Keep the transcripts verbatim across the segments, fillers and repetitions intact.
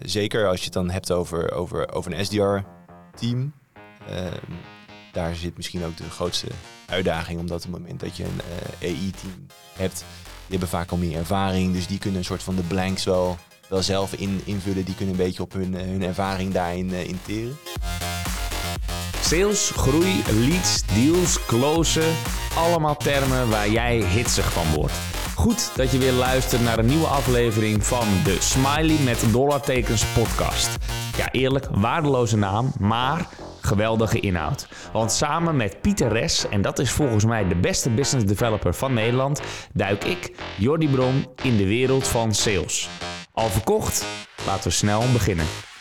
zeker als je het dan hebt over, over, over een S D R-team. Uh, daar zit misschien ook de grootste uitdaging. Omdat op het moment dat je een uh, A I-team hebt, die hebben vaak al meer ervaring. Dus die kunnen een soort van de blanks wel, wel zelf in, invullen. Die kunnen een beetje op hun, hun ervaring daarin uh, interen. Sales, groei, leads, deals, closen. Allemaal termen waar jij hitsig van wordt. Goed dat je weer luistert naar een nieuwe aflevering van de Smiley met dollartekens podcast. Ja, eerlijk, waardeloze naam, maar geweldige inhoud. Want samen met Pieter Res, en dat is volgens mij de beste business developer van Nederland, duik ik, Jordi Bron, in de wereld van sales. Al verkocht? Laten we snel beginnen.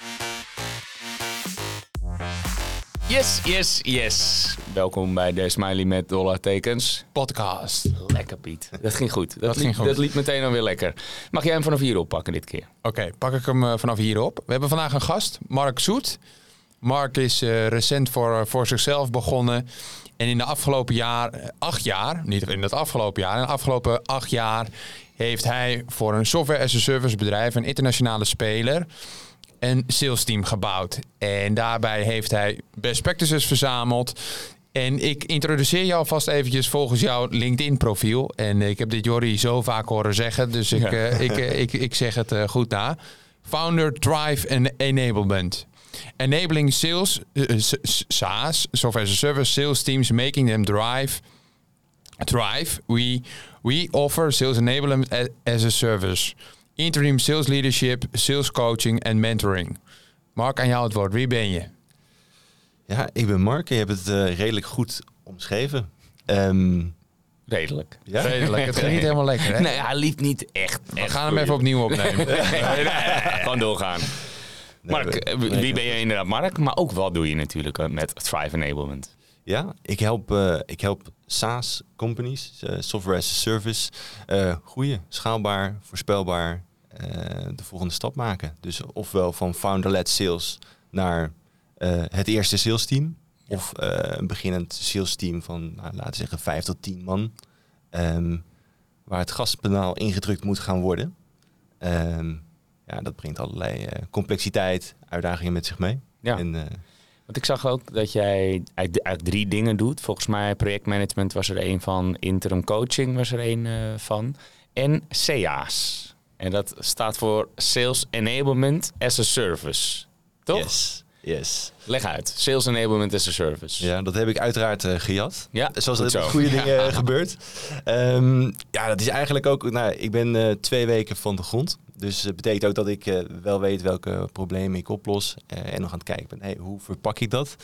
Yes, yes, yes. Welkom bij de Smiley met dollartekens podcast. Lekker, Piet. Dat ging goed. Dat, dat liep, ging goed. Dat liep meteen alweer lekker. Mag jij hem vanaf hier oppakken dit keer? Oké, okay, pak ik hem uh, vanaf hier op. We hebben vandaag een gast, Mark Zoet. Mark is uh, recent voor, voor zichzelf begonnen. En in de afgelopen jaar, acht jaar, niet in het afgelopen jaar, in de afgelopen acht jaar heeft hij voor een software as a service bedrijf, een internationale speler, een sales team gebouwd. En daarbij heeft hij best practices verzameld. En ik introduceer jou alvast eventjes volgens jouw LinkedIn profiel. En ik heb dit Jordi zo vaak horen zeggen, dus ik, ja. uh, ik, uh, ik, ik zeg het uh, goed na. Founder, Drive en Enablement. Enabling sales, uh, SaaS, software as a service, sales teams, making them drive. Drive, we, we offer sales enablement as a service. Interim sales leadership, sales coaching en mentoring. Mark, aan jou het woord. Wie ben je? Ja, ik ben Mark. Je hebt het uh, redelijk goed omschreven. Um, redelijk. Ja? Redelijk. Het ging niet helemaal lekker, hè? Nee, hij liep niet echt. We echt gaan hem goeie. even opnieuw opnemen. nee, nee, nee, nee. Gewoon doorgaan. Nee, Mark, we, wie ben je inderdaad, Mark? Maar ook wat doe je natuurlijk met Thrive Enablement? Ja, ik help, uh, ik help SaaS companies, uh, software as a service, uh, groeien, schaalbaar, voorspelbaar, uh, de volgende stap maken. Dus ofwel van founder-led sales naar uh, het eerste sales team, ja. of uh, een beginnend sales team van, nou, laten we zeggen, vijf tot tien man, um, waar het gaspedaal ingedrukt moet gaan worden. Um, ja, dat brengt allerlei uh, complexiteit, uitdagingen met zich mee. Ja. En, uh, Want ik zag ook dat jij eigenlijk drie dingen doet. Volgens mij projectmanagement was er één van. Interim coaching was er één uh, van. En S E A's. En dat staat voor Sales Enablement as a Service. Toch? Yes. Yes. Leg uit. Sales Enablement as a Service. Ja, dat heb ik uiteraard uh, gejat. Ja, zoals dat goede dingen ja. gebeurt. Um, ja, dat is eigenlijk ook... Nou, ik ben uh, twee weken van de grond. Dus dat betekent ook dat ik uh, wel weet welke problemen ik oplos. Uh, en nog aan het kijken ben, hey, hoe verpak ik dat?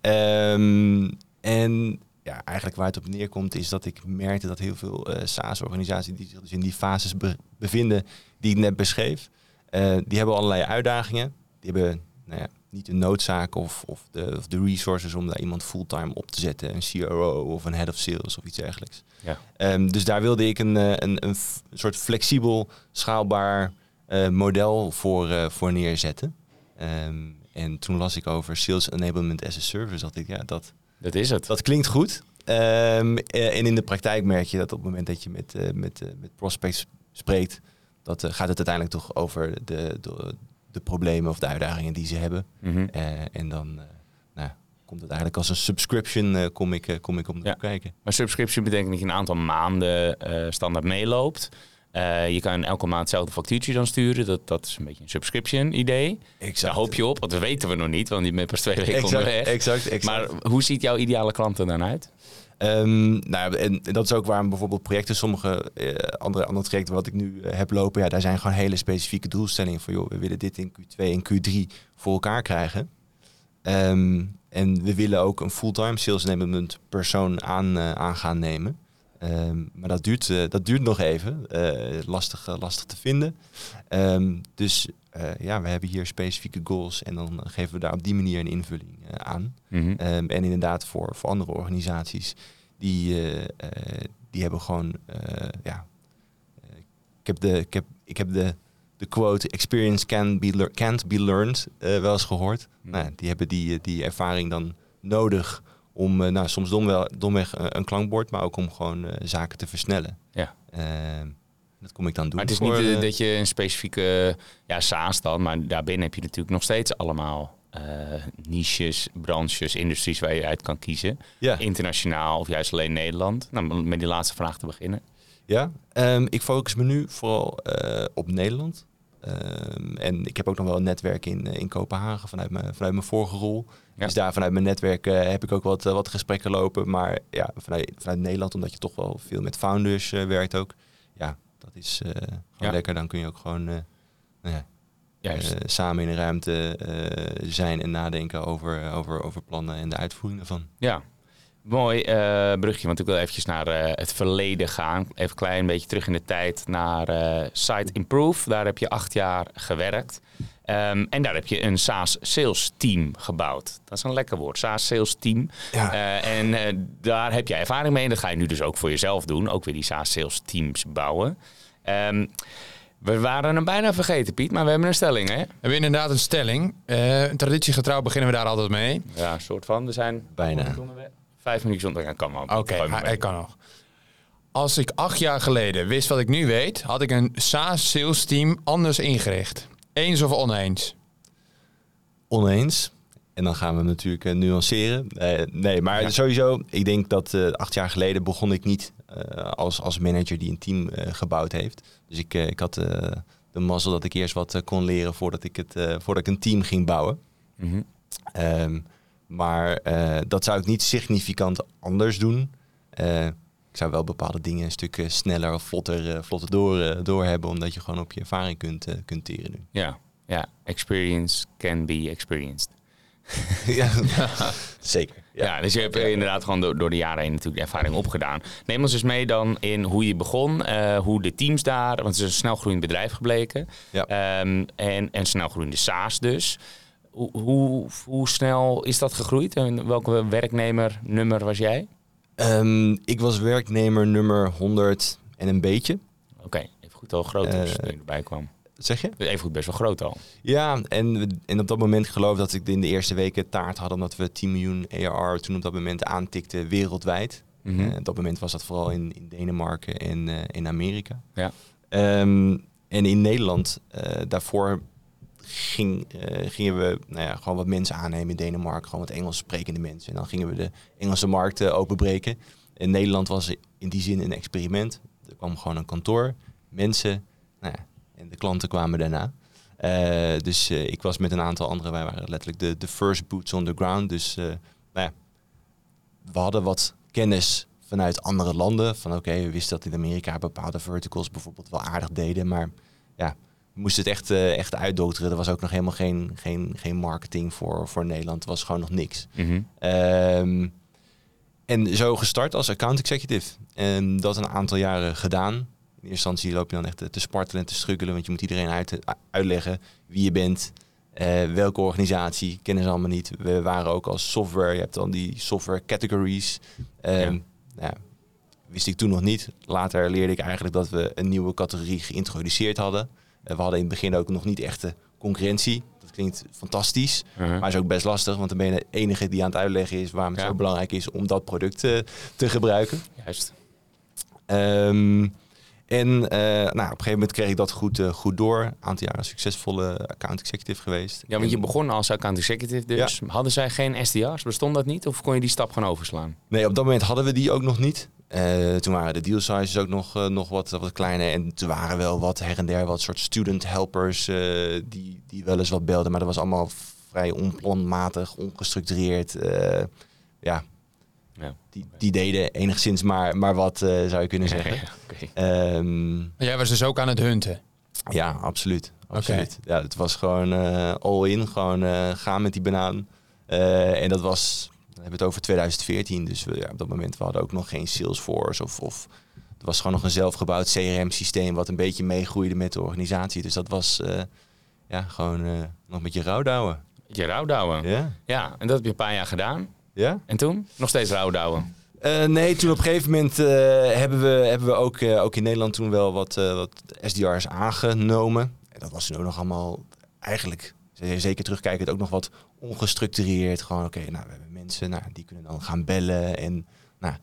Um, en ja, eigenlijk waar het op neerkomt is dat ik merkte dat heel veel uh, SaaS-organisaties die zich dus in die fases be- bevinden die ik net beschreef, uh, die hebben allerlei uitdagingen. Die hebben nou ja, niet de noodzaak of, of, de, of de resources om daar iemand fulltime op te zetten. Een C R O of een head of sales of iets dergelijks. Ja. Um, dus daar wilde ik een, een, een f- soort flexibel, schaalbaar uh, model voor, uh, voor neerzetten. Um, en toen las ik over Sales Enablement as a Service. Dat ik, ja, dat, dat is het. Dat klinkt goed. Um, en in de praktijk merk je dat op het moment dat je met, uh, met, uh, met prospects spreekt, dat uh, gaat het uiteindelijk toch over de, de, de problemen of de uitdagingen die ze hebben. Mm-hmm. Uh, en dan uh, nou, komt het eigenlijk als een subscription, uh, kom ik, uh, kom ik om te ja. kijken. Maar subscription betekent dat je een aantal maanden uh, standaard meeloopt. Uh, je kan elke maand hetzelfde factuurtje dan sturen. Dat, dat is een beetje een subscription idee. Exact. Daar hoop je op, want dat weten we nog niet, want die bent pas twee weken exact, onderweg. Exact, exact. Maar hoe ziet jouw ideale klant er dan uit? Um, nou, en dat is ook waarom bijvoorbeeld projecten, sommige uh, andere, andere trajecten wat ik nu uh, heb lopen, ja, daar zijn gewoon hele specifieke doelstellingen van, joh, we willen dit in Q twee en Q drie voor elkaar krijgen. Um, en we willen ook een fulltime sales enablement persoon aan, uh, aan gaan nemen. Um, maar dat duurt, uh, dat duurt nog even. Uh, lastig, uh, lastig te vinden. Um, dus uh, ja, we hebben hier specifieke goals en dan geven we daar op die manier een invulling uh, aan. Mm-hmm. Um, en inderdaad voor, voor andere organisaties die, uh, uh, die hebben gewoon, uh, ja, uh, ik heb de, ik heb, ik heb de, de quote experience can be le- can't be learned uh, wel eens gehoord. Mm-hmm. Nou, die hebben die, die ervaring dan nodig om uh, nou, soms domweg, domweg uh, een klankbord, maar ook om gewoon uh, zaken te versnellen. Ja. Uh, Dat kom ik dan doen. Maar het is voor, niet uh, uh, dat je een specifieke ja, SaaS dan, maar daarbinnen heb je natuurlijk nog steeds allemaal uh, niches, branches, industries waar je uit kan kiezen. Ja. Internationaal of juist alleen Nederland. Nou, om met die laatste vraag te beginnen. Ja, um, ik focus me nu vooral uh, op Nederland. Um, en ik heb ook nog wel een netwerk in, in Kopenhagen vanuit mijn, vanuit mijn vorige rol. Ja. Dus daar vanuit mijn netwerk uh, heb ik ook wat, uh, wat gesprekken lopen. Maar ja, vanuit, vanuit Nederland, omdat je toch wel veel met founders uh, werkt ook. Ja, dat is uh, gewoon ja. lekker. Dan kun je ook gewoon uh, nou ja, Juist. Uh, samen in een ruimte uh, zijn en nadenken over, over, over plannen en de uitvoering daarvan. Ja. Mooi uh, brugje, want ik wil eventjes naar uh, het verleden gaan. Even een klein beetje terug in de tijd naar uh, Site Improve. Daar heb je acht jaar gewerkt. Um, en daar heb je een SaaS sales team gebouwd. Dat is een lekker woord, SaaS sales team. Ja. Uh, en uh, daar heb je ervaring mee. En dat ga je nu dus ook voor jezelf doen. Ook weer die SaaS sales teams bouwen. Um, we waren hem bijna vergeten, Piet, maar we hebben een stelling, hè? We hebben inderdaad een stelling. Uh, traditiegetrouw beginnen we daar altijd mee. Ja, een soort van. We zijn bijna. Vijf minuten zonder gaan kan wel. Oké, okay, hij, hij kan nog. Als ik acht jaar geleden wist wat ik nu weet, had ik een SaaS sales team anders ingericht. Eens of oneens? Oneens. En dan gaan we natuurlijk uh, nuanceren. Uh, nee, maar ja. sowieso, ik denk dat uh, acht jaar geleden begon ik niet uh, als, als manager die een team uh, gebouwd heeft. Dus ik, uh, ik had uh, de mazzel dat ik eerst wat uh, kon leren voordat ik, het, uh, voordat ik een team ging bouwen. Mm-hmm. Um, Maar uh, dat zou ik niet significant anders doen. Uh, ik zou wel bepaalde dingen een stuk sneller of vlotter, uh, vlotter door, uh, door hebben. Omdat je gewoon op je ervaring kunt, uh, kunt teren nu. Ja, ja, experience can be experienced. ja, zeker. Ja. ja, dus je hebt inderdaad gewoon door, door de jaren heen natuurlijk de ervaring opgedaan. Neem ons eens mee dan in hoe je begon. Uh, hoe de teams daar, want het is een snelgroeiend bedrijf gebleken. Ja. Um, en, en snelgroeiende SaaS dus. Hoe, hoe, hoe snel is dat gegroeid? En welke werknemer nummer was jij? Um, ik was werknemer nummer honderd en een beetje. Oké, okay, even goed al groot uh, toen je erbij kwam. Zeg je? Even goed best wel groot al. Ja, en, en op dat moment geloof ik dat ik in de eerste weken taart had... omdat we tien miljoen A R R toen op dat moment aantikten wereldwijd. Mm-hmm. Uh, op dat moment was dat vooral in, in Denemarken en uh, in Amerika. Ja. Um, en in Nederland, uh, daarvoor... Ging, uh, gingen we nou ja, gewoon wat mensen aannemen in Denemarken. Gewoon wat Engels sprekende mensen. En dan gingen we de Engelse markt uh, openbreken. En Nederland was in die zin een experiment. Er kwam gewoon een kantoor, mensen. Nou ja, en de klanten kwamen daarna. Uh, dus uh, ik was met een aantal anderen. Wij waren letterlijk de, de first boots on the ground. Dus uh, nou ja, we hadden wat kennis vanuit andere landen. Van oké, okay, we wisten dat in Amerika bepaalde verticals bijvoorbeeld wel aardig deden. Maar ja... We moesten het echt, uh, echt uitdokteren. Er was ook nog helemaal geen, geen, geen marketing voor, voor Nederland. Het was gewoon nog niks. Mm-hmm. Um, en zo gestart als account executive. En dat een aantal jaren gedaan. In eerste instantie loop je dan echt te, te spartelen en te struggelen. Want je moet iedereen uit, uitleggen wie je bent. Uh, welke organisatie. Kennen ze allemaal niet. We waren ook als software. Je hebt dan die software categories. Um, ja. Nou, wist ik toen nog niet. Later leerde ik eigenlijk dat we een nieuwe categorie geïntroduceerd hadden. We hadden in het begin ook nog niet echte concurrentie. Dat klinkt fantastisch, uh-huh. maar is ook best lastig. Want dan ben je de enige die aan het uitleggen is waarom het ja. zo belangrijk is om dat product uh, te gebruiken. Juist. Um, en uh, nou, op een gegeven moment kreeg ik dat goed, uh, goed door. Een aantal jaren succesvolle account executive geweest. Ja, want je begon als account executive dus. Ja. Hadden zij geen S D R's? Bestond dat niet? Of kon je die stap gewoon overslaan? Nee, op dat moment hadden we die ook nog niet. Uh, toen waren de deal sizes ook nog, uh, nog wat, wat kleiner. En toen waren wel wat her en der wat soort student helpers uh, die, die wel eens wat belden. Maar dat was allemaal vrij onplanmatig, ongestructureerd. Uh, ja, ja. Die, die deden enigszins maar, maar wat, uh, zou je kunnen zeggen. Ja, okay. um, Jij was dus ook aan het hunten? Ja, absoluut. absoluut. Okay. Ja, het was gewoon uh, all in. Gewoon uh, gaan met die banaan. Uh, en dat was... Dan hebben we het over twintig veertien, dus we, ja, op dat moment we hadden ook nog geen Salesforce of, of het was gewoon nog een zelfgebouwd C R M-systeem wat een beetje meegroeide met de organisatie. Dus dat was uh, ja, gewoon uh, nog met je rouwdouwen. Je rouwdouwen? Ja. Ja, en dat heb je een paar jaar gedaan. Ja. En toen? Nog steeds rouwdouwen? Uh, nee, toen op een gegeven moment uh, hebben we, hebben we ook, uh, ook in Nederland toen wel wat, uh, wat S D R's aangenomen. En dat was toen ook nog allemaal eigenlijk, zeker terugkijkend, ook nog wat ongestructureerd. Gewoon oké, okay, nou we hebben mensen, nou, die kunnen dan gaan bellen. En nou,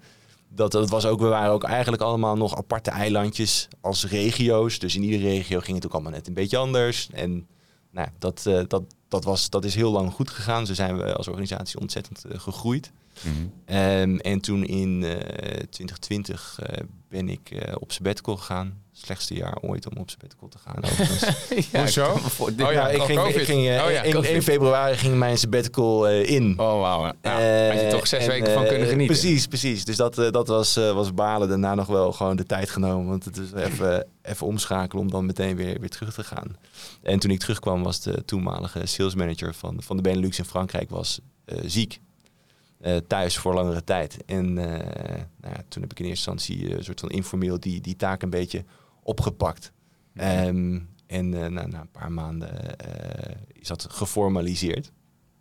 dat, dat was ook, we waren ook eigenlijk allemaal nog aparte eilandjes als regio's. Dus in iedere regio ging het ook allemaal net een beetje anders. En nou, dat, uh, dat, dat, was, dat is heel lang goed gegaan. Zo zijn we als organisatie ontzettend uh, gegroeid. Mm-hmm. Um, en toen in uh, twintig twintig uh, ben ik uh, op sabbatical gegaan. Slechtste jaar ooit om op sabbatical te gaan. ja, Hoezo? Oh ja, ik ging, ik ging uh, oh, ja, in één februari ging mijn sabbatical uh, in. Oh wauw. Nou, uh, had je toch zes en, weken van kunnen genieten. Uh, precies, precies. Dus dat, uh, dat was, uh, was balen. Daarna nog wel gewoon de tijd genomen. Want het is even, even omschakelen om dan meteen weer, weer terug te gaan. En toen ik terugkwam was de toenmalige salesmanager van, van de Benelux in Frankrijk was uh, ziek. Uh, thuis voor langere tijd. En uh, nou ja, toen heb ik in eerste instantie uh, een soort van informeel die, die taak een beetje opgepakt. Mm-hmm. Um, en uh, na, na een paar maanden uh, is dat geformaliseerd.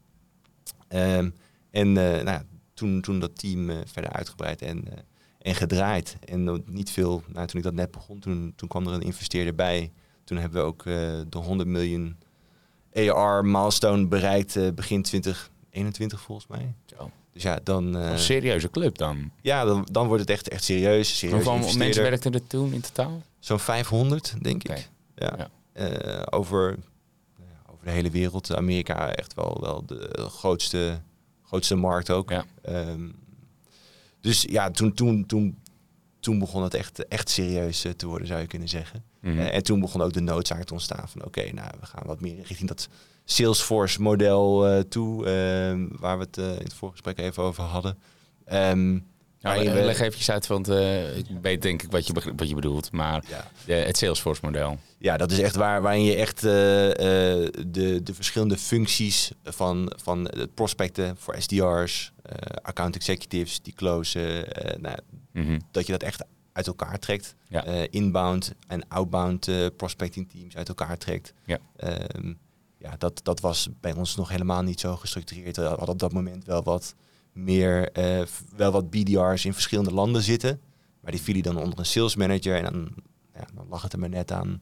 Um, en uh, nou ja, toen, toen dat team uh, verder uitgebreid en, uh, en gedraaid. En uh, niet veel, nou, toen ik dat net begon, toen, toen kwam er een investeerder bij. Toen hebben we ook uh, de honderd miljoen A R milestone bereikt uh, begin twintig eenentwintig volgens mij. Zo. Dus ja, dan... Uh, een serieuze club dan? Ja, dan, dan wordt het echt, echt serieus. serieus Hoeveel mensen werkten er toen in totaal? Zo'n vijfhonderd, denk okay. ik. Ja. ja. Uh, over, uh, over de hele wereld. Amerika echt wel, wel de grootste, grootste markt ook. Ja. Um, dus ja, toen, toen, toen, toen begon het echt, echt serieus uh, te worden, zou je kunnen zeggen. Mm-hmm. Uh, en toen begon ook de noodzaak te ontstaan van... oké, okay, nou, we gaan wat meer richting dat Salesforce-model uh, toe... Uh, waar we het uh, in het voorgesprek even over hadden. Um, nou, we, leg eventjes uit, want uh, ik weet denk ik wat je, begr- wat je bedoelt. Maar ja. de, het Salesforce-model. Ja, dat is echt waar, waarin je echt uh, uh, de, de verschillende functies van, van het prospecten voor S D R's... Uh, account executives, die closen... Uh, nou, mm-hmm. dat je dat echt uit elkaar trekt. Ja. Uh, inbound en outbound uh, prospecting teams uit elkaar trekt. Ja. Um, ja, dat, dat was bij ons nog helemaal niet zo gestructureerd. We hadden op dat moment wel wat meer, uh, wel wat B D R's in verschillende landen zitten. Maar die vielen dan onder een sales manager. En dan, ja, dan lag het er maar net aan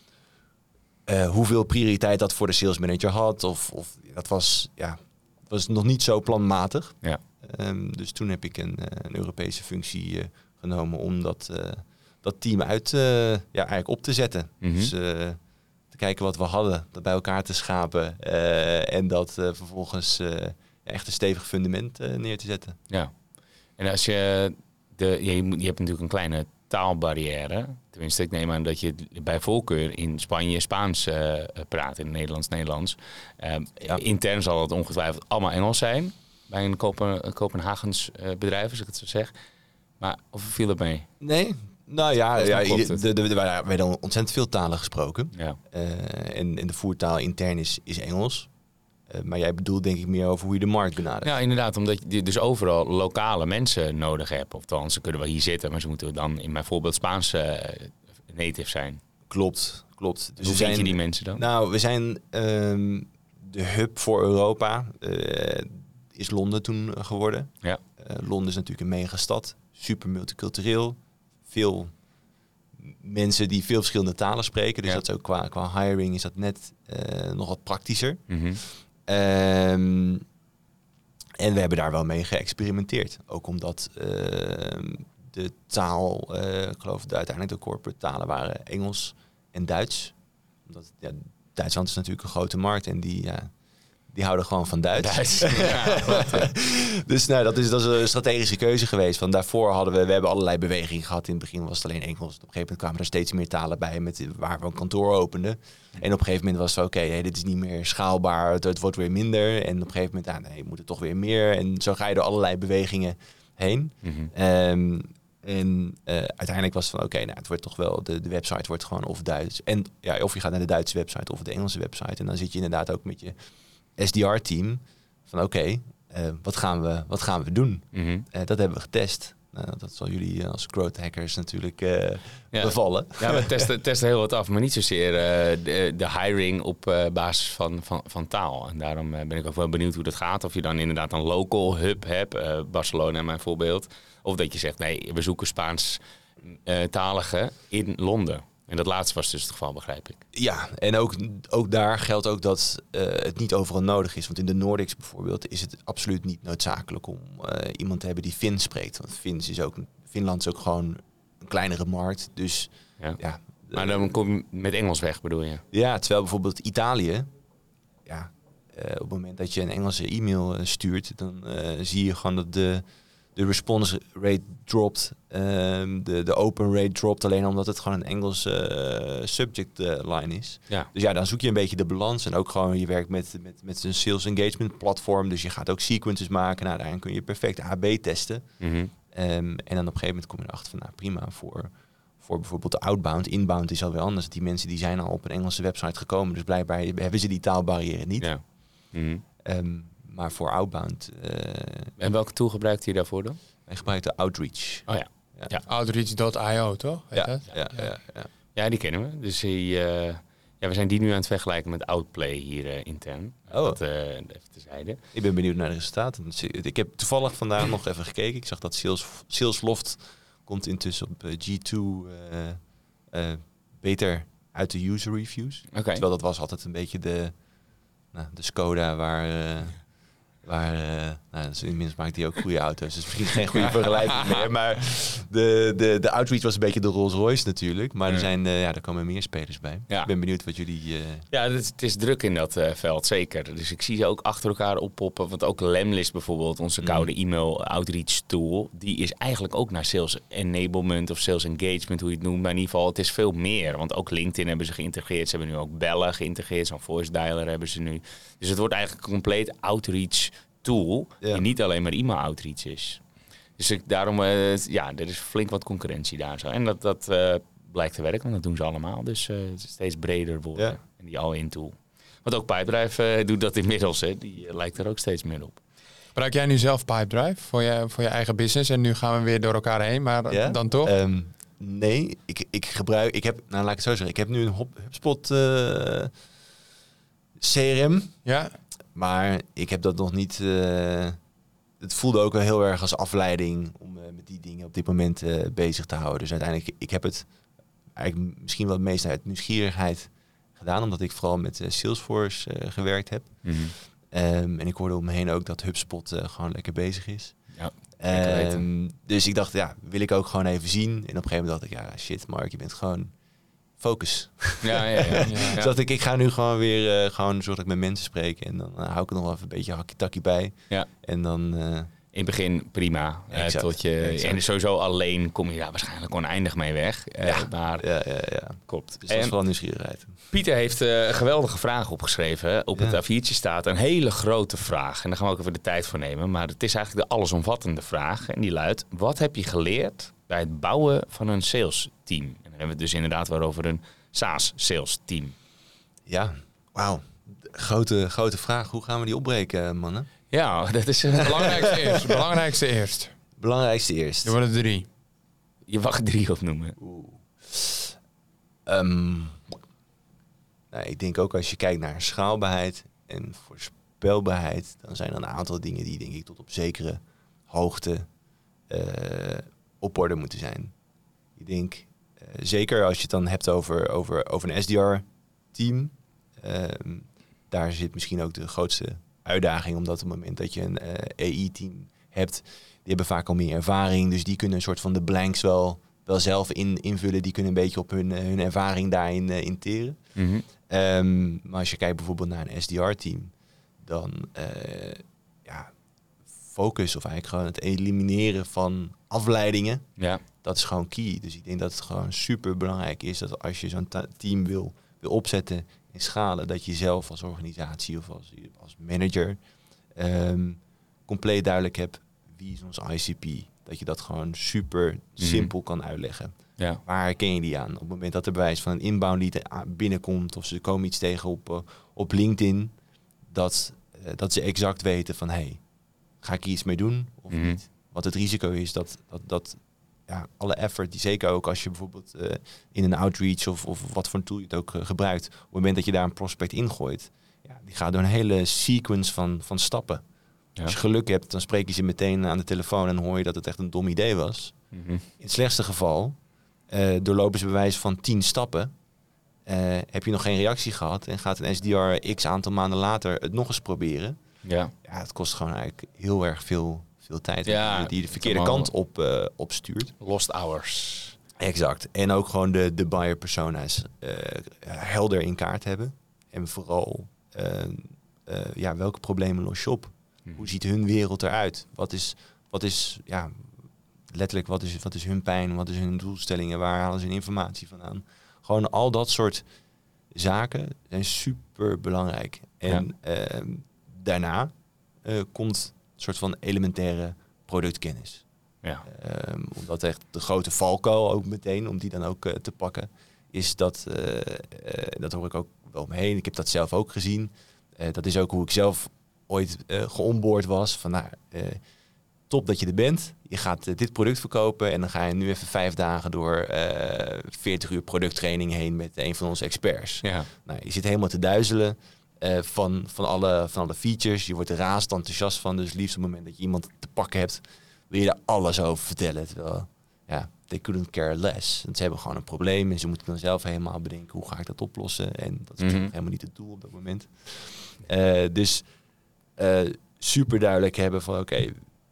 uh, hoeveel prioriteit dat voor de sales manager had. Of, of dat was, ja, was nog niet zo planmatig. Ja. Um, dus toen heb ik een, uh, een Europese functie uh, genomen om dat, uh, dat team uit uh, ja, eigenlijk op te zetten. Mm-hmm. Dus uh, te kijken wat we hadden, dat bij elkaar te schapen uh, en dat uh, vervolgens uh, ja, echt een stevig fundament uh, neer te zetten. Ja, en als je, de, je, je hebt natuurlijk een kleine taalbarrière. Tenminste, ik neem aan dat je bij voorkeur in Spanje Spaans uh, praat, in Nederlands Nederlands. Uh, ja. Intern zal het ongetwijfeld allemaal Engels zijn. Bij een, Kopen, een Kopenhagens uh, bedrijf, als ik het zo zeg. Maar of viel het mee? Nee, nou ja, ja er werden ontzettend veel talen gesproken. Ja. Uh, en, en de voertaal intern is, is Engels. Uh, maar jij bedoelt denk ik meer over hoe je de markt benadert. Ja, inderdaad. Omdat je dus overal lokale mensen nodig hebt. Of ze kunnen wel hier zitten, maar ze moeten dan in bijvoorbeeld Spaans uh, native zijn. Klopt, klopt. Dus hoe zijn, vind je die mensen dan? Nou, we zijn um, de hub voor Europa. Uh, is Londen toen geworden. Ja. Uh, Londen is natuurlijk een megastad. Super multicultureel. Veel mensen die veel verschillende talen spreken. Dus ja. dat is ook qua, qua hiring is dat net uh, nog wat praktischer. Mm-hmm. Um, en we hebben daar wel mee geëxperimenteerd. Ook omdat uh, de taal, uh, ik geloof de, uiteindelijk de corporate talen waren Engels en Duits. Omdat ja, Duitsland is natuurlijk een grote markt en die... Ja, Die houden gewoon van Duits. Duits. Ja, dus nou, dat is, dat is een strategische keuze geweest. Van daarvoor hadden we, we hebben allerlei bewegingen gehad. In het begin was het alleen Engels. Op een gegeven moment kwamen er steeds meer talen bij met, waar we een kantoor openden. En op een gegeven moment was het oké, okay, hey, dit is niet meer schaalbaar. Het, het wordt weer minder. En op een gegeven moment, ah, nee, moet het toch weer meer. En zo ga je door allerlei bewegingen heen. Mm-hmm. Um, en uh, uiteindelijk was het van oké, okay, nou, het wordt toch wel, de, de website wordt gewoon of Duits. En ja, of je gaat naar de Duitse website of de Engelse website. En dan zit je inderdaad ook met je S D R-team van oké, okay, uh, wat, gaan we, wat gaan we doen? Mm-hmm. Uh, dat hebben we getest. Uh, dat zal jullie als growth hackers natuurlijk uh, ja. bevallen. Ja, we testen, testen heel wat af, maar niet zozeer uh, de, de hiring op uh, basis van, van, van taal. En daarom uh, ben ik ook wel benieuwd hoe dat gaat. Of je dan inderdaad een local hub hebt, uh, Barcelona in mijn voorbeeld. Of dat je zegt, nee, we zoeken Spaans uh, taligen in Londen. En dat laatste was dus het geval, begrijp ik. Ja, en ook, ook daar geldt ook dat uh, het niet overal nodig is. Want in de Nordics bijvoorbeeld is het absoluut niet noodzakelijk om uh, iemand te hebben die Fins spreekt. Want Fins is ook, Finland is ook gewoon een kleinere markt. Dus Ja. ja. Maar dan kom je met Engels weg, bedoel je? Ja, terwijl bijvoorbeeld Italië, ja, uh, op het moment dat je een Engelse e-mail uh, stuurt, dan uh, zie je gewoon dat de, de response rate dropt, uh, de, de open rate dropt, alleen omdat het gewoon een Engelse uh, subject uh, line is. Ja. Dus ja, dan zoek je een beetje de balans en ook gewoon je werkt met, met, met een sales engagement platform, dus je gaat ook sequences maken, nou daarin kun je perfect A B testen. Mm-hmm. Um, en dan op een gegeven moment kom je erachter van, nou prima, voor... Voor bijvoorbeeld de outbound, inbound is alweer anders. Die mensen die zijn al op een Engelse website gekomen. Dus blijkbaar hebben ze die taalbarrière niet. Ja. Mm-hmm. Um, maar voor outbound... Uh, en welke tool gebruikt u daarvoor dan? Wij gebruiken Outreach. Oh ja. ja. ja. Outreach punt i o, toch? Heet ja, dat? Ja, ja. Ja, ja. ja, die kennen we. Dus die, uh, ja, we zijn die nu aan het vergelijken met Outplay hier uh, intern. Oh. Dat uh, even terzijde. Ik ben benieuwd naar de resultaten. Ik heb toevallig vandaag nog even gekeken. Ik zag dat Sales, Salesloft... komt intussen op uh, G twee uh, uh, beter uit de user reviews. Okay. Terwijl dat was altijd een beetje de, nou, de Skoda waar... Uh, waar uh, nou, dus inmiddels maakt hij ook goede auto's. Dus misschien geen goede vergelijking meer. Maar de, de, de Outreach was een beetje de Rolls Royce natuurlijk. Maar er, zijn, uh, ja, er komen meer spelers bij. Ja. Ik ben benieuwd wat jullie... Uh... Ja, het, het is druk in dat uh, veld, zeker. Dus ik zie ze ook achter elkaar oppoppen. Want ook Lemlist bijvoorbeeld, onze koude mm. e-mail outreach tool... die is eigenlijk ook naar sales enablement of sales engagement, hoe je het noemt. Maar in ieder geval, het is veel meer. Want ook LinkedIn hebben ze geïntegreerd. Ze hebben nu ook bellen geïntegreerd. Zo'n voice dialer hebben ze nu. Dus het wordt eigenlijk een compleet outreach tool... Ja. die niet alleen maar e-mail outreach is. Dus ik, daarom, uh, ja, er is flink wat concurrentie daar zo. En dat, dat uh, blijkt te werken, want dat doen ze allemaal. Dus uh, het is steeds breder worden. Ja. En die all-in tool. Want ook Pipedrive uh, doet dat inmiddels. Hè. Die uh, lijkt er ook steeds meer op. Gebruik jij nu zelf Pipedrive voor je, voor je eigen business? En nu gaan we weer door elkaar heen, maar ja? dan toch? Um, nee, ik, ik gebruik... Ik heb, nou, laat ik het zo zeggen. Ik heb nu een HubSpot uh, C R M. Ja. Maar ik heb dat nog niet... Uh, het voelde ook wel heel erg als afleiding om uh, met die dingen op dit moment uh, bezig te houden. Dus uiteindelijk, ik heb het eigenlijk misschien wel het meest uit nieuwsgierigheid gedaan. Omdat ik vooral met uh, Salesforce uh, gewerkt heb. Mm-hmm. Um, en ik hoorde om me heen ook dat HubSpot uh, gewoon lekker bezig is. Ja, um, dus ik dacht, ja, wil ik ook gewoon even zien. En op een gegeven moment dacht ik, ja, shit Mark, je bent gewoon... Focus. Ja, ja, ja. ja. Dus dacht ik, ik ga nu gewoon weer uh, gewoon zorg dat ik met mensen spreek. En dan uh, hou ik er nog wel even een beetje hakkie-takkie bij. Ja. En dan... Uh, in het begin prima. Uh, tot je, en sowieso alleen kom je daar waarschijnlijk oneindig mee weg. Uh, ja. Maar, ja, ja, ja. Klopt. Dus dat is vooral nieuwsgierigheid. Pieter heeft uh, een geweldige vraag opgeschreven. Op ja. het A viertje staat een hele grote vraag. En daar gaan we ook even de tijd voor nemen. Maar het is eigenlijk de allesomvattende vraag. En die luidt, wat heb je geleerd bij het bouwen van een sales team? En dan hebben we het dus inderdaad wel over een SaaS sales team. Ja, wauw. Grote, grote vraag. Hoe gaan we die opbreken, mannen? Ja, dat is... Uh... Belangrijkste eerst. Belangrijkste eerst. Belangrijkste eerst. Er worden drie. Je mag drie opnoemen. Oeh. Um, nou, ik denk ook als je kijkt naar schaalbaarheid en voorspelbaarheid, dan zijn er een aantal dingen die denk ik tot op zekere hoogte uh, op orde moeten zijn. Ik denk, uh, zeker als je het dan hebt over, over, over een S D R-team, um, daar zit misschien ook de grootste uitdaging, omdat op het moment dat je een uh, A I-team hebt, die hebben vaak al meer ervaring, dus die kunnen een soort van de blanks wel, wel zelf in, invullen, die kunnen een beetje op hun, hun ervaring daarin uh, interen. Mm-hmm. Um, maar als je kijkt bijvoorbeeld naar een S D R-team, dan uh, ja, focus of eigenlijk gewoon het elimineren van afleidingen, ja. dat is gewoon key. Dus ik denk dat het gewoon super belangrijk is dat als je zo'n ta- team wil, wil opzetten en schalen, dat je zelf als organisatie of als, als manager um, compleet duidelijk hebt wie is ons I C P. Dat je dat gewoon super mm-hmm. simpel kan uitleggen. Ja. Waar herken je die aan? Op het moment dat er bewijs van een inbound lead binnenkomt of ze komen iets tegen op, uh, op LinkedIn, dat, uh, dat ze exact weten van, hey, ga ik hier iets mee doen of mm-hmm. niet? Want het risico is dat, dat, dat ja, alle effort, die zeker ook als je bijvoorbeeld uh, in een outreach of, of wat voor een tool je het ook uh, gebruikt, op het moment dat je daar een prospect ingooit, ja, die gaat door een hele sequence van, van stappen. Ja. Als je geluk hebt, dan spreek je ze meteen aan de telefoon en hoor je dat het echt een dom idee was. Mm-hmm. In het slechtste geval uh, doorlopen ze bij wijze van tien stappen. Uh, heb je nog geen reactie gehad en gaat een S D R x aantal maanden later het nog eens proberen. Ja. Ja, het kost gewoon eigenlijk heel erg veel, veel tijd. Ja, die, die de verkeerde kant op, uh, op stuurt. Lost hours. Exact. En ook gewoon de, de buyer persona's uh, helder in kaart hebben. En vooral, uh, uh, ja, welke problemen los je op? Hmm. Hoe ziet hun wereld eruit? Wat is, wat is ja, letterlijk, wat is, wat is hun pijn? Wat is hun doelstellingen? Waar halen ze hun informatie vandaan? Gewoon al dat soort zaken zijn super belangrijk. En ja. uh, daarna uh, komt een soort van elementaire productkennis. Ja. Um, omdat echt de grote valkuil ook meteen, om die dan ook uh, te pakken, is dat, uh, uh, dat hoor ik ook wel omheen. Ik heb dat zelf ook gezien. Uh, dat is ook hoe ik zelf ooit uh, geonboard was. Van nou, uh, top dat je er bent. Je gaat uh, dit product verkopen en dan ga je nu even vijf dagen door uh, veertig uur producttraining heen met een van onze experts. Ja. Nou, je zit helemaal te duizelen uh, van, van, alle, van alle features. Je wordt er razend enthousiast van. Dus liefst op het moment dat je iemand te pakken hebt, wil je daar alles over vertellen. Terwijl, ja, they couldn't care less. Want ze hebben gewoon een probleem en ze moeten dan zelf helemaal bedenken, hoe ga ik dat oplossen? En dat is mm-hmm. helemaal niet het doel op dat moment. Uh, dus uh, super duidelijk hebben van, oké, okay,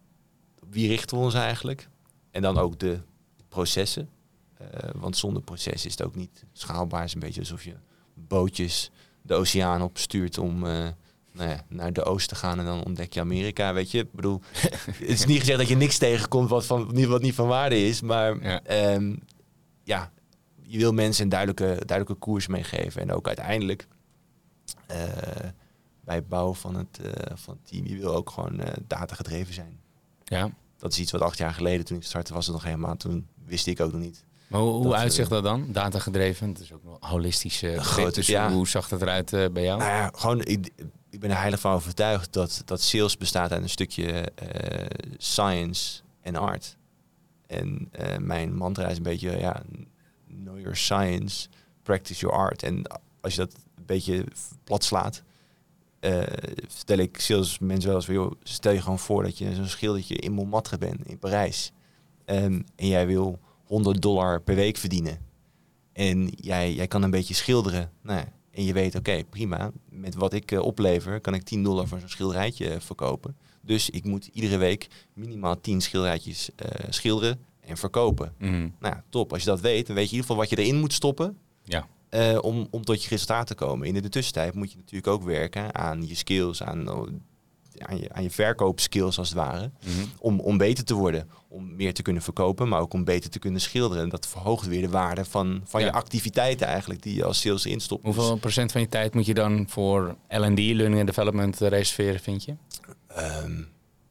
wie richten we ons eigenlijk? En dan ook de processen. Uh, want zonder proces is het ook niet schaalbaar. Het is een beetje alsof je bootjes de oceaan opstuurt om uh, nou ja, naar de oost te gaan en dan ontdek je Amerika, weet je. Ik bedoel, het is niet gezegd dat je niks tegenkomt wat, van, wat niet van waarde is, maar ja. Um, ja, je wil mensen een duidelijke, duidelijke koers meegeven. En ook uiteindelijk uh, bij het bouwen van het, uh, van het team, je wil ook gewoon uh, data gedreven zijn. Ja. Dat is iets wat acht jaar geleden, toen ik startte, was het nog helemaal. Toen wist ik ook nog niet. Maar hoe, hoe dat, uitzicht uh, dat dan? Data gedreven? Het is ook nog holistisch. Uh, groot, dus ja. Hoe zag dat eruit uh, bij jou? Nou ja, gewoon, ik, ik ben er heilig van overtuigd dat, dat sales bestaat uit een stukje uh, science en art. En uh, mijn mantra is een beetje, ja, know your science, practice your art. En als je dat een beetje plat slaat, Uh, vertel ik sales mensen wel eens van, joh, stel je gewoon voor dat je zo'n schildertje in Montmartre bent in Parijs. Um, en jij wil honderd dollar per week verdienen. En jij, jij kan een beetje schilderen. Nou ja, en je weet, oké, okay, prima. Met wat ik uh, oplever kan ik tien dollar voor zo'n schilderijtje uh, verkopen. Dus ik moet iedere week minimaal tien schilderijtjes uh, schilderen en verkopen. Mm. Nou ja, top. Als je dat weet, dan weet je in ieder geval wat je erin moet stoppen. Ja. Uh, om, om tot je resultaat te komen. In de, de tussentijd moet je natuurlijk ook werken aan je skills, aan, aan, je, aan je verkoopskills als het ware. Mm-hmm. Om, om beter te worden, om meer te kunnen verkopen, maar ook om beter te kunnen schilderen. En dat verhoogt weer de waarde van, van ja. je activiteiten eigenlijk die je als sales instopt. Hoeveel dus, procent van je tijd moet je dan voor L en D, Learning and Development, reserveren, vind je? Um,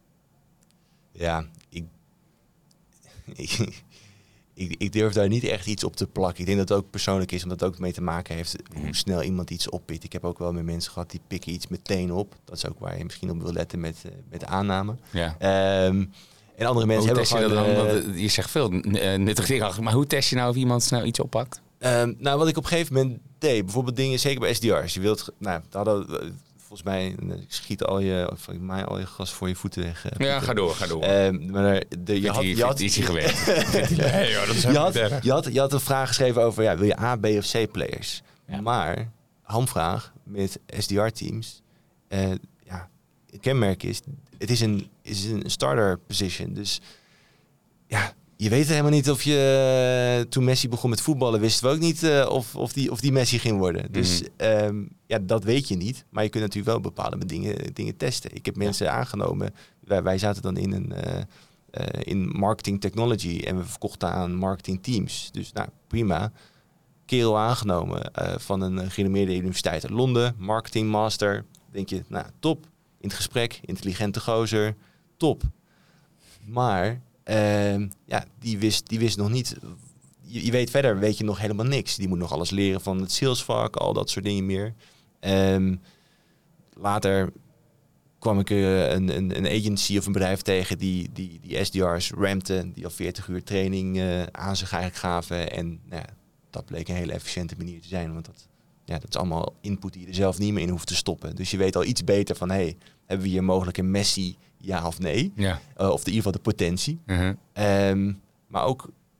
ja, ik... ik Ik, ik durf daar niet echt iets op te plakken. Ik denk dat het ook persoonlijk is, omdat het ook mee te maken heeft hoe mm. snel iemand iets oppit. Ik heb ook wel met mensen gehad die pikken iets meteen op. Dat is ook waar je misschien op wil letten met, uh, met de aanname. Ja. Um, en andere mensen hoe hebben test je gewoon... dat dan? Uh, Want je zegt veel uh, nuttige dingen, maar hoe test je nou of iemand snel iets oppakt? Um, nou, wat ik op een gegeven moment deed, bijvoorbeeld dingen, zeker bij S D R's. Je wilt, nou, hadden uh, volgens mij schiet al je, of mij al je gas voor je voeten weg. Uh, ja, ga door, ga door. Um, maar de, je had, je had iets gewerkt. nee, joh, dat is je, had, je, had, je had een vraag geschreven over, ja, wil je A, B of C players? Ja. Maar, hamvraag met S D R-teams, uh, ja, het kenmerk is, het is een, is een starter position. Dus, ja, je weet helemaal niet of je... Toen Messi begon met voetballen wisten we ook niet uh, of, of, die, of die Messi ging worden. Mm-hmm. Dus um, ja, dat weet je niet. Maar je kunt natuurlijk wel bepaalde dingen, dingen testen. Ik heb mensen ja. aangenomen. Wij, wij zaten dan in een uh, uh, in marketing technology en we verkochten aan marketing teams. Dus nou, prima. Kerel aangenomen uh, van een gerenommeerde universiteit uit Londen. Marketing master. Denk je, nou top. In het gesprek, intelligente gozer. Top. Maar... Uh, ja, die wist, die wist nog niet. Je, je weet verder, weet je nog helemaal niks. Die moet nog alles leren van het salesvak, al dat soort dingen meer. Um, later kwam ik uh, een, een, een agency of een bedrijf tegen die, die, die S D R's rampte, die al veertig uur training uh, aan zich eigenlijk gaven. En nou ja, dat bleek een hele efficiënte manier te zijn, want dat, ja, dat is allemaal input die je er zelf niet meer in hoeft te stoppen. Dus je weet al iets beter van, hey, hebben we hier mogelijk een Messi, ja of nee? Ja. Uh, of in ieder geval de potentie. Uh-huh. Um, maar ook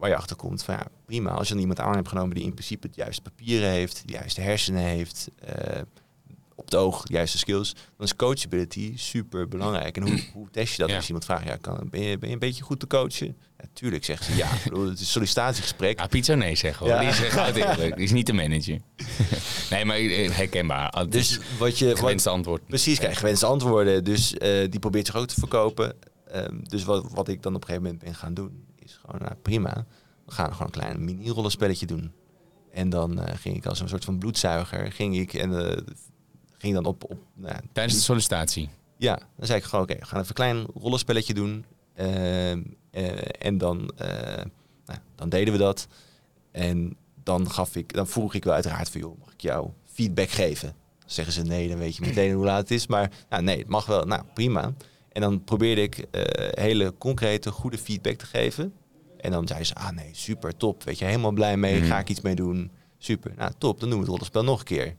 waar je achter komt van ja, prima. Als je dan iemand aan hebt genomen die in principe het juiste papieren heeft, de juiste hersenen heeft, uh, op het oog, de juiste skills, dan is coachability super belangrijk. En hoe, hoe test je dat? Ja. Als iemand vraagt, ja, kan, ben, je, ben je een beetje goed te coachen? Ja, tuurlijk zeggen ze ja. Ik bedoel, het is een sollicitatiegesprek. Ja, Piet zou nee zeggen hoor. Ja. Die zegt altijd eerlijk. Die is niet de manager. Nee, maar herkenbaar. Dus wat je... Gewenste antwoord. Precies, krijg gewenste antwoorden. Dus uh, die probeert zich ook te verkopen. Um, dus wat, wat ik dan op een gegeven moment ben gaan doen, is gewoon, nou prima. We gaan gewoon een klein mini-rollenspelletje doen. En dan uh, ging ik als een soort van bloedzuiger, ging ik en uh, ging dan op... op nou, Tijdens de sollicitatie? Ja, dan zei ik gewoon, oké, okay, we gaan even een klein rollenspelletje doen. Uh, uh, en dan, uh, nou, dan deden we dat. En dan, gaf ik, dan vroeg ik wel uiteraard van, joh, mag ik jou feedback geven? Dan zeggen ze nee, dan weet je meteen hoe laat het is. Maar nou, nee, het mag wel. Nou, prima. En dan probeerde ik uh, hele concrete, goede feedback te geven. En dan zei ze, ah nee, super, top. Weet je, helemaal blij mee, mm. ga ik iets mee doen. Super, nou top, dan doen we het rollenspel nog een keer.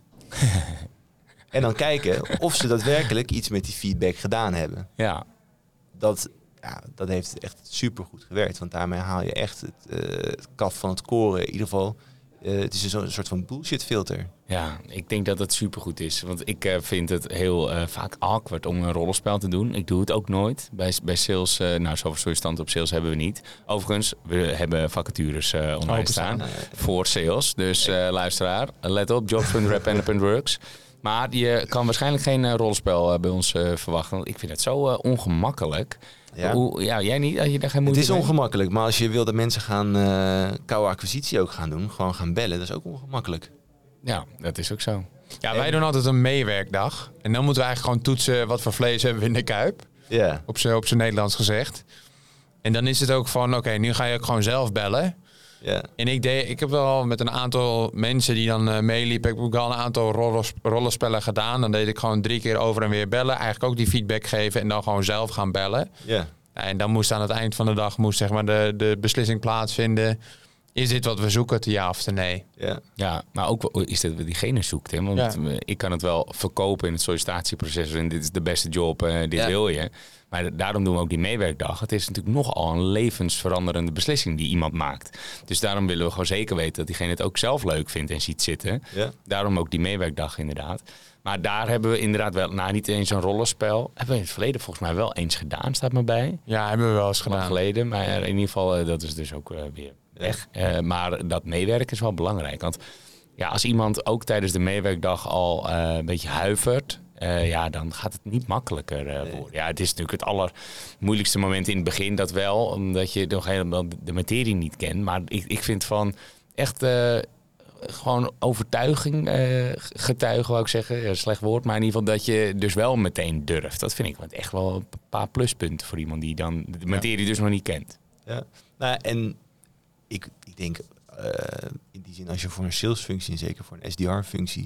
En dan kijken of ze daadwerkelijk iets met die feedback gedaan hebben. Ja. Dat, ja, dat heeft echt super goed gewerkt. Want daarmee haal je echt het, uh, het kaf van het koren. In ieder geval, uh, het is een soort van bullshit filter. Ja, ik denk dat het supergoed is. Want ik uh, vind het heel uh, vaak awkward om een rollenspel te doen. Ik doe het ook nooit. Bij, bij sales, uh, nou zoveel sollicitanten op sales hebben we niet. Overigens, we hebben vacatures uh, online staan uh, voor sales. Dus uh, luisteraar, let op, jobs punt rap punt n punt works. Maar je kan waarschijnlijk geen uh, rollenspel uh, bij ons uh, verwachten. Want ik vind het zo uh, ongemakkelijk. Ja. Hoe, ja, jij niet? Als je daar geen moeite het is mee? ongemakkelijk, maar als je wil dat mensen gaan uh, koude acquisitie ook gaan doen, gewoon gaan bellen, dat is ook ongemakkelijk. Ja, dat is ook zo. Ja, wij doen altijd een meewerkdag. En dan moeten we eigenlijk gewoon toetsen wat voor vlees hebben we in de kuip. Ja. Op z'n op z'n Nederlands gezegd. En dan is het ook van, oké, okay, nu ga je ook gewoon zelf bellen. Ja. En ik deed, ik heb wel met een aantal mensen die dan uh, meeliepen, ik heb al een aantal rollers, rollenspellen gedaan. Dan deed ik gewoon drie keer over en weer bellen. Eigenlijk ook die feedback geven en dan gewoon zelf gaan bellen. Ja. En dan moest aan het eind van de dag moest, zeg maar, de, de beslissing plaatsvinden. Is dit wat we zoeken, te ja of te nee? Ja, ja, maar ook is dit wat diegene zoekt. Hè? Want ja. ik kan het wel verkopen in het sollicitatieproces. En dit is de beste job, uh, dit ja. wil je. Maar daarom doen we ook die meewerkdag. Het is natuurlijk nogal een levensveranderende beslissing die iemand maakt. Dus daarom willen we gewoon zeker weten dat diegene het ook zelf leuk vindt en ziet zitten. Ja. Daarom ook die meewerkdag inderdaad. Maar daar hebben we inderdaad wel, nou niet eens een rollenspel. Hebben we in het verleden volgens mij wel eens gedaan, staat me bij. Ja, hebben we wel eens gedaan. Lang geleden, maar in ieder geval, uh, dat is dus ook uh, weer weg. Uh, maar dat meewerken is wel belangrijk. Want ja, als iemand ook tijdens de meewerkdag al uh, een beetje huivert, Uh, ja, dan gaat het niet makkelijker uh, worden. Nee. Ja, het is natuurlijk het allermoeilijkste moment in het begin, dat wel, omdat je nog helemaal de materie niet kent. Maar ik, ik vind van echt uh, gewoon overtuiging, uh, getuigen wou ik zeggen, ja, slecht woord, maar in ieder geval dat je dus wel meteen durft. Dat vind ik echt wel een paar pluspunten voor iemand die dan de materie ja. dus nog niet kent. Ja, nou en ik, ik denk uh, in die zin, als je voor een salesfunctie, zeker voor een S D R-functie,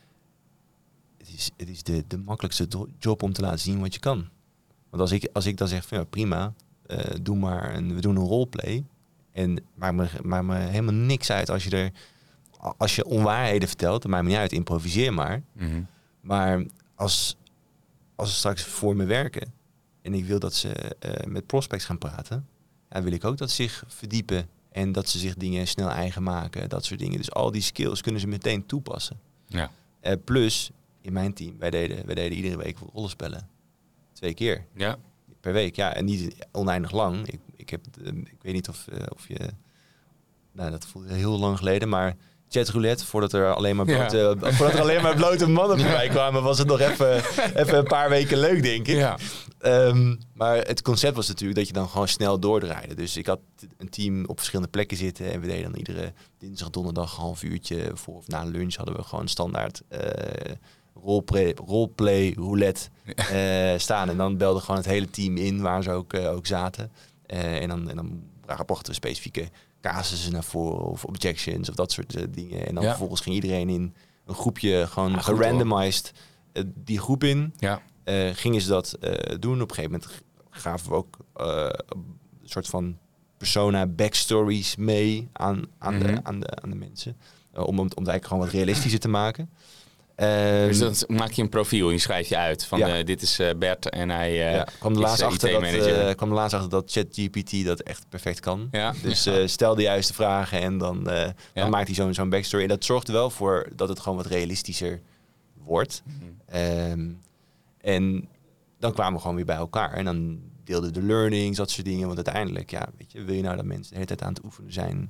Het is, het is de, de makkelijkste job om te laten zien wat je kan. Want als ik, als ik dan zeg van ja, prima, uh, doe maar een, we doen een roleplay. En maakt me, maakt me helemaal niks uit als je er, als je onwaarheden vertelt, dat maakt me niet uit, improviseer maar. Mm-hmm. Maar als, als ze straks voor me werken en ik wil dat ze uh, met prospects gaan praten, ja, wil ik ook dat ze zich verdiepen en dat ze zich dingen snel eigen maken, dat soort dingen. Dus al die skills kunnen ze meteen toepassen. Ja. Uh, plus, in mijn team, wij deden, wij deden iedere week rollenspellen. Twee keer. Ja. Per week, ja. En niet oneindig lang. Ik, ik, heb, ik weet niet of, uh, of je... Nou, dat voelde heel lang geleden, maar chatroulette, voordat er alleen maar blote, ja. voordat er alleen maar blote mannen voorbij kwamen, was het nog even, even een paar weken leuk, denk ik. Ja. Um, maar het concept was natuurlijk dat je dan gewoon snel doordraaide. Dus ik had een team op verschillende plekken zitten en we deden dan iedere dinsdag, donderdag, een half uurtje voor of na lunch hadden we gewoon standaard uh, roleplay, roleplay roulette uh, staan. En dan belde gewoon het hele team in waar ze ook, uh, ook zaten. Uh, en dan, en dan brachten we specifieke casussen naar voren of objections of dat soort uh, dingen. En dan ja. vervolgens ging iedereen in een groepje gewoon ja, gerandomized uh, die groep in. Ja. Uh, gingen ze dat uh, doen. Op een gegeven moment gaven we ook uh, een soort van persona backstories mee aan, aan, mm-hmm. de, aan, de, aan de mensen. Uh, om, om het eigenlijk gewoon wat realistischer te maken. Um, Dus dan maak je een profiel en je schrijf je uit van ja. uh, dit is uh, Bert en hij uh, ja, kwam de laatst is achter dat, I T-manager. uh, kwam de laatst achter dat ChatGPT dat echt perfect kan. Ja. Dus uh, stel de juiste vragen en dan, uh, ja. dan maakt hij zo'n, zo'n backstory. En dat zorgt er wel voor dat het gewoon wat realistischer wordt. Mm-hmm. Um, en dan kwamen we gewoon weer bij elkaar. En dan deelden de learnings, dat soort dingen. Want uiteindelijk, ja, weet je, wil je nou dat mensen de hele tijd aan het oefenen zijn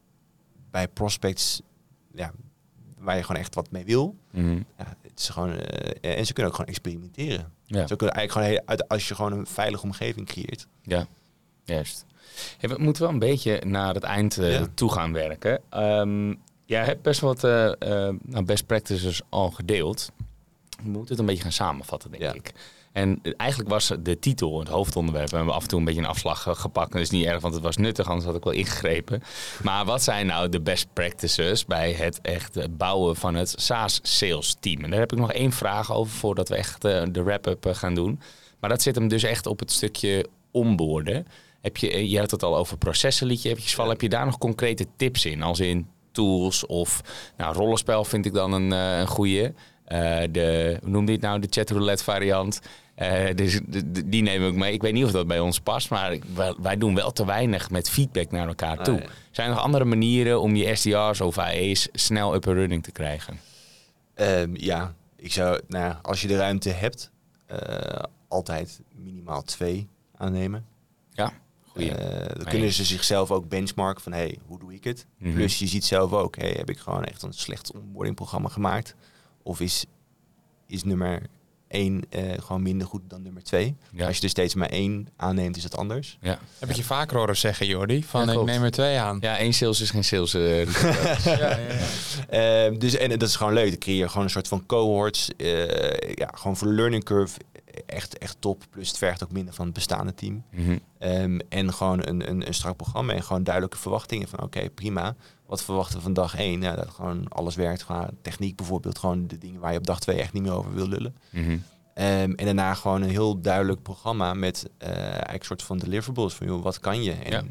bij prospects, ja, waar je gewoon echt wat mee wil. Mm-hmm. Ja, het is gewoon, uh, en ze kunnen ook gewoon experimenteren. Ja. Ze kunnen eigenlijk gewoon heel, uit, als je gewoon een veilige omgeving creëert. Ja, juist. Hey, we moeten wel een beetje naar het eind uh, ja. toe gaan werken. Um, jij hebt best wat uh, uh, nou, best practices al gedeeld. We moeten het een beetje gaan samenvatten, denk ja. ik. En eigenlijk was de titel, het hoofdonderwerp, we hebben af en toe een beetje een afslag gepakt. Dat is niet erg, want het was nuttig, anders had ik wel ingegrepen. Maar wat zijn nou de best practices bij het echt bouwen van het SaaS sales team? En daar heb ik nog één vraag over voordat we echt uh, de wrap-up uh, gaan doen. Maar dat zit hem dus echt op het stukje onboarden. Heb je, je had het al over processen, liet je eventjes vallen. Heb je daar nog concrete tips in? Als in tools of nou, rollenspel vind ik dan een, uh, een goeie. Uh, de, hoe noemde je het nou? De chatroulette variant. Uh, dus de, de, die nemen we ook mee. Ik weet niet of dat bij ons past, maar ik, wij, wij doen wel te weinig met feedback naar elkaar toe. Ah, ja. Zijn er nog andere manieren om je S D R's of A E's snel up and running te krijgen? Um, ja, ik zou, nou ja, als je de ruimte hebt, uh, altijd minimaal twee aannemen. Ja. Uh, dan kunnen ze zichzelf ook benchmarken van, hey, hoe doe ik het? Mm-hmm. Plus je ziet zelf ook, hey, heb ik gewoon echt een slecht onboardingprogramma gemaakt? Of is, is nummer één uh, gewoon minder goed dan nummer twee? Ja. Als je er steeds maar één aanneemt, is het anders. Ja. Heb ik je vaker horen zeggen, Jordi? Van, ja, ik neem er twee aan. Ja, één sales is geen sales. Uh, ja, ja, ja. Uh, dus, en dat is gewoon leuk. Dan creëer je gewoon een soort van cohorts. Uh, ja, gewoon voor de learning curve. Echt, echt top. Plus het vergt ook minder van het bestaande team. Mm-hmm. Um, en gewoon een, een, een strak programma en gewoon duidelijke verwachtingen van oké, okay, prima. Wat verwachten we van dag één? Ja, dat gewoon alles werkt. Gewoon techniek bijvoorbeeld. Gewoon de dingen waar je op dag twee echt niet meer over wil lullen. Mm-hmm. Um, en daarna gewoon een heel duidelijk programma met uh, eigenlijk een soort van deliverables. Van joh, wat kan je? En ja.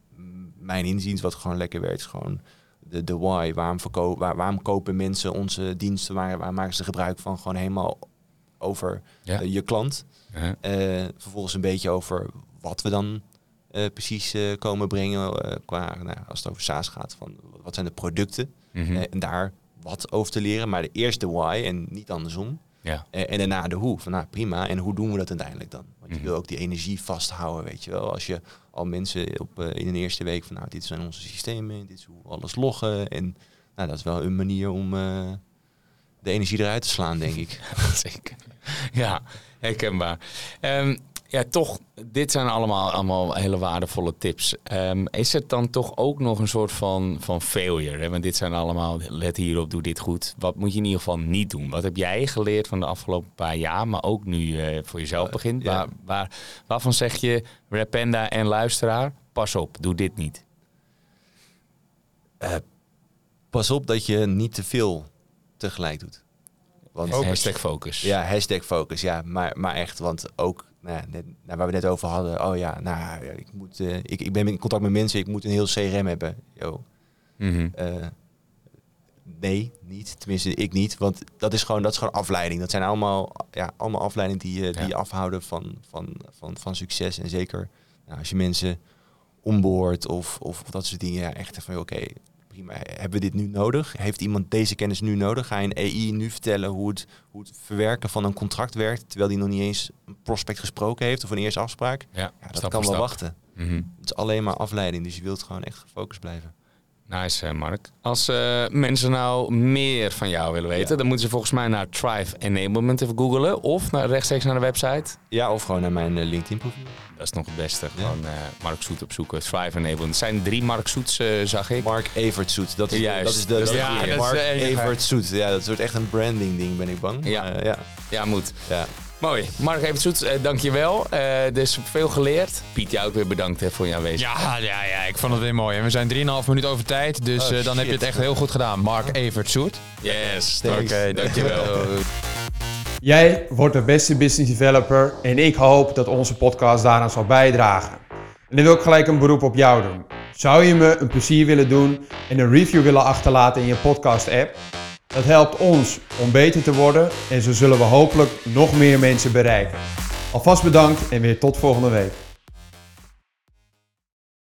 mijn inziens wat gewoon lekker werkt is gewoon de, de why. Waarom, verko- waar, waarom kopen mensen onze diensten? Waar, waar maken ze gebruik van? Gewoon helemaal over ja. uh, je klant. Uh-huh. Uh, vervolgens een beetje over wat we dan uh, precies uh, komen brengen. Uh, qua, nou, als het over SaaS gaat, van wat zijn de producten? Mm-hmm. Uh, en daar wat over te leren. Maar de eerste why en niet andersom. Ja. Uh, en daarna de hoe. Van nou prima. En hoe doen we dat uiteindelijk dan? Want mm-hmm. je wil ook die energie vasthouden, weet je wel. Als je al mensen op, uh, in de eerste week van nou dit zijn onze systemen. Dit is hoe we alles loggen. En nou, dat is wel een manier om uh, de energie eruit te slaan, denk ik. Zeker. Ja, herkenbaar. Um, ja, toch, dit zijn allemaal, allemaal hele waardevolle tips. Um, is het dan toch ook nog een soort van, van failure? Hè? Want dit zijn allemaal, let hierop, doe dit goed. Wat moet je in ieder geval niet doen? Wat heb jij geleerd van de afgelopen paar jaar, maar ook nu uh, voor jezelf begint? Uh, ja. waar, waar, waarvan zeg je, Rapenda en luisteraar, pas op, doe dit niet? Uh, pas op dat je niet te veel tegelijk doet. Want hashtag focus. Ja, hashtag focus. Ja, maar, maar echt, want ook nou ja, net, nou, waar we net over hadden. Oh ja, nou, ik moet, uh, ik, ik ben in contact met mensen. Ik moet een heel C R M hebben. Yo. Mm-hmm. Uh, nee, niet. Tenminste, ik niet. Want dat is gewoon, dat is gewoon afleiding. Dat zijn allemaal, ja, allemaal afleidingen die, uh, die ja. afhouden van, van, van, van succes. En zeker nou, als je mensen onboardt of, of dat soort dingen. Ja, echt van oké. Okay, hebben we dit nu nodig? Heeft iemand deze kennis nu nodig? Ga je een A I nu vertellen hoe het, hoe het verwerken van een contract werkt, terwijl die nog niet eens een prospect gesproken heeft of een eerste afspraak? Ja, ja dat kan wel stap. wachten. Mm-hmm. Het is alleen maar afleiding, dus je wilt gewoon echt gefocust blijven. Nice, Mark. Als uh, mensen nou meer van jou willen weten, ja. dan moeten ze volgens mij naar Thrive Enablement even googlen of naar, rechtstreeks naar de website. Ja, of gewoon naar mijn uh, LinkedIn profiel. Dat is nog het beste. Ja. Gewoon uh, Mark Soet opzoeken. Thrive Enablement. Er zijn drie Mark Soets, uh, zag ik. Mark Evert Soet. Dat is, Juist. Dat is de, dat ja, is dat Mark is Evert Soet. Ja, dat wordt echt een branding ding, ben ik bang. Ja, maar, uh, ja. ja moet. Ja. Mooi. Mark Evert Soet, uh, dank je wel. Uh, dus veel geleerd. Piet, jou ook weer bedankt hè, voor je aanwezigheid. Ja, ja, ja, ik vond het weer mooi. En we zijn drieënhalf minuut over tijd. Dus oh, uh, dan shit. heb je het echt heel goed gedaan. Mark Evert Soet. Yes. Oké, okay, dank je wel. Jij wordt de beste business developer en ik hoop dat onze podcast daaraan zal bijdragen. En dan wil ik gelijk een beroep op jou doen. Zou je me een plezier willen doen en een review willen achterlaten in je podcast app? Dat helpt ons om beter te worden en zo zullen we hopelijk nog meer mensen bereiken. Alvast bedankt en weer tot volgende week.